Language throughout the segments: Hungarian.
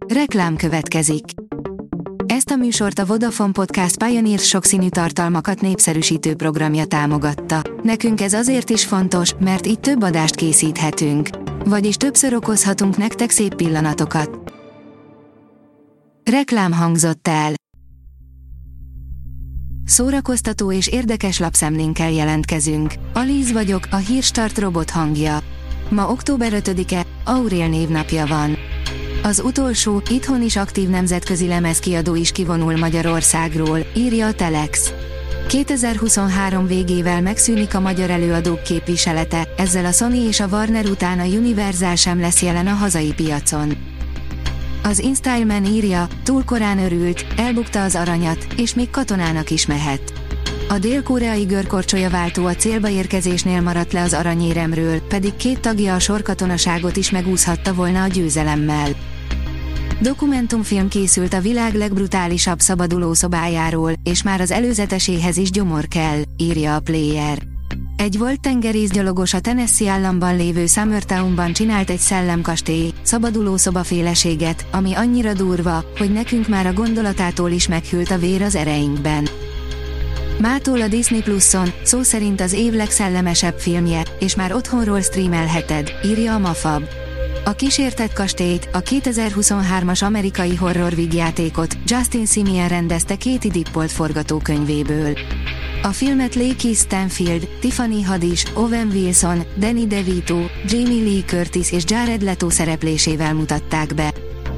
Reklám következik. Ezt a műsort a Vodafone Podcast Pioneer sokszínű tartalmakat népszerűsítő programja támogatta. Nekünk ez azért is fontos, mert így több adást készíthetünk. Vagyis többször okozhatunk nektek szép pillanatokat. Reklám hangzott el. Szórakoztató és érdekes lapszemlénkkel jelentkezünk. Alíz vagyok, a Hírstart robot hangja. Ma október 5-e, Aurél névnapja van. Az utolsó, itthon is aktív nemzetközi lemezkiadó is kivonul Magyarországról, írja a Telex. 2023 végével megszűnik a magyar előadók képviselete, ezzel a Sony és a Warner után a Universal sem lesz jelen a hazai piacon. Az InStyleman írja, túl korán örült, elbukta az aranyat, és még katonának is mehet. A dél-koreai görkorcsolyaváltó a célba érkezésnél maradt le az aranyéremről, pedig 2 tagja a sorkatonaságot is megúszhatta volna a győzelemmel. Dokumentumfilm készült a világ legbrutálisabb szabadulószobájáról, és már az előzeteséhez is gyomor kell, írja a Player. Egy volt tengerészgyalogos a Tennessee államban lévő Summertownban csinált egy szellemkastély, szabadulószobaféleséget, ami annyira durva, hogy nekünk már a gondolatától is meghűlt a vér az ereinkben. Mától a Disney Pluson, szó szerint az év legszellemesebb filmje, és már otthonról streamelheted, írja a Mafab. A kísértett kastélyt, a 2023-as amerikai horror vígjátékot Justin Simien rendezte Katie Dippold forgatókönyvéből. A filmet Lakeith Stanfield, Tiffany Haddish, Owen Wilson, Danny DeVito, Jamie Lee Curtis és Jared Leto szereplésével mutatták be.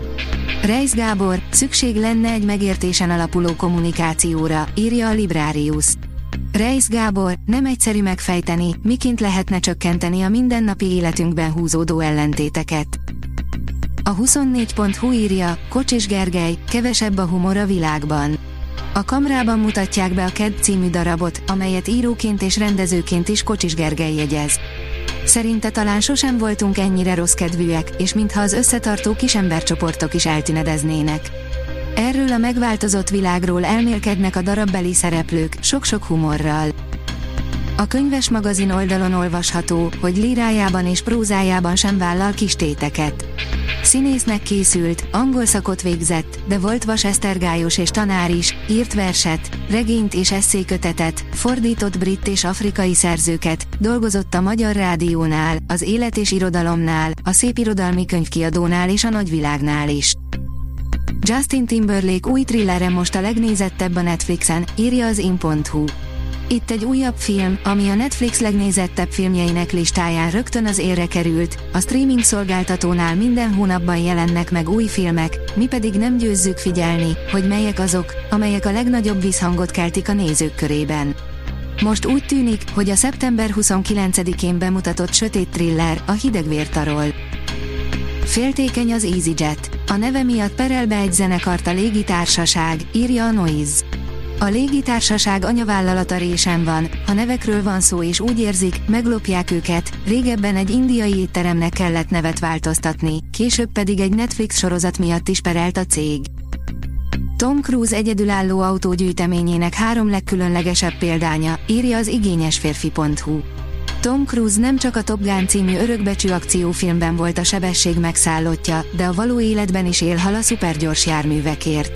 Reisz Gábor, szükség lenne egy megértésen alapuló kommunikációra, írja a Librarius. Reisz Gábor, nem egyszerű megfejteni, miként lehetne csökkenteni a mindennapi életünkben húzódó ellentéteket. A 24.hu írja, Kocsis Gergely, kevesebb a humor a világban. A Kamrában mutatják be a KED című darabot, amelyet íróként és rendezőként is Kocsis Gergely jegyez. Szerinte talán sosem voltunk ennyire rosszkedvűek, és mintha az összetartó kisembercsoportok is eltünedeznének. Erről a megváltozott világról elmélkednek a darabbeli szereplők, sok-sok humorral. A Könyves magazin oldalon olvasható, hogy lírájában és prózájában sem vállal kis téteket. Színésznek készült, angol szakot végzett, de volt vasesztergályos és tanár is, írt verset, regényt és esszékötetet, fordított brit és afrikai szerzőket, dolgozott a Magyar Rádiónál, az Élet és Irodalomnál, a Szépirodalmi Könyvkiadónál és a Nagyvilágnál is. Justin Timberlake új thrillere most a legnézettebb a Netflixen, írja az in.hu. Itt egy újabb film, ami a Netflix legnézettebb filmjeinek listáján rögtön az élre került, a streaming szolgáltatónál minden hónapban jelennek meg új filmek, mi pedig nem győzzük figyelni, hogy melyek azok, amelyek a legnagyobb visszhangot keltik a nézők körében. Most úgy tűnik, hogy a szeptember 29-én bemutatott sötét thriller, a Hidegvértarol. Féltékeny az EasyJet. A neve miatt perel be egy zenekart a légitársaság, írja a Noise. A légitársaság anyavállalata résen van, ha nevekről van szó és úgy érzik, meglopják őket, régebben egy indiai étteremnek kellett nevet változtatni, később pedig egy Netflix sorozat miatt is perelt a cég. Tom Cruise egyedülálló autógyűjteményének 3 legkülönlegesebb példánya, írja az igényesférfi.hu. Tom Cruise nem csak a Top Gun című örökbecsű akciófilmben volt a sebesség megszállottja, de a való életben is élhal a szupergyors járművekért.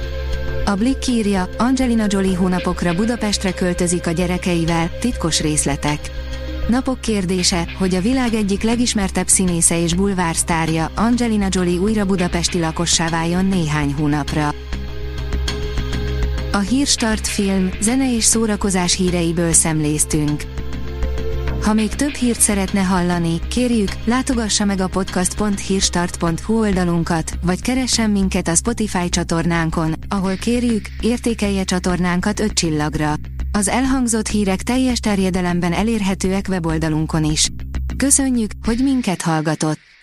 A Blick írja, Angelina Jolie hónapokra Budapestre költözik a gyerekeivel, titkos részletek. Napok kérdése, hogy a világ egyik legismertebb színésze és bulvársztárja, Angelina Jolie újra budapesti lakossá váljon néhány hónapra. A Hírstart film, zene és szórakozás híreiből szemléztünk. Ha még több hírt szeretne hallani, kérjük, látogassa meg a podcast.hírstart.hu oldalunkat, vagy keressen minket a Spotify csatornánkon, ahol kérjük, értékelje csatornánkat 5 csillagra. Az elhangzott hírek teljes terjedelemben elérhetőek weboldalunkon is. Köszönjük, hogy minket hallgatott!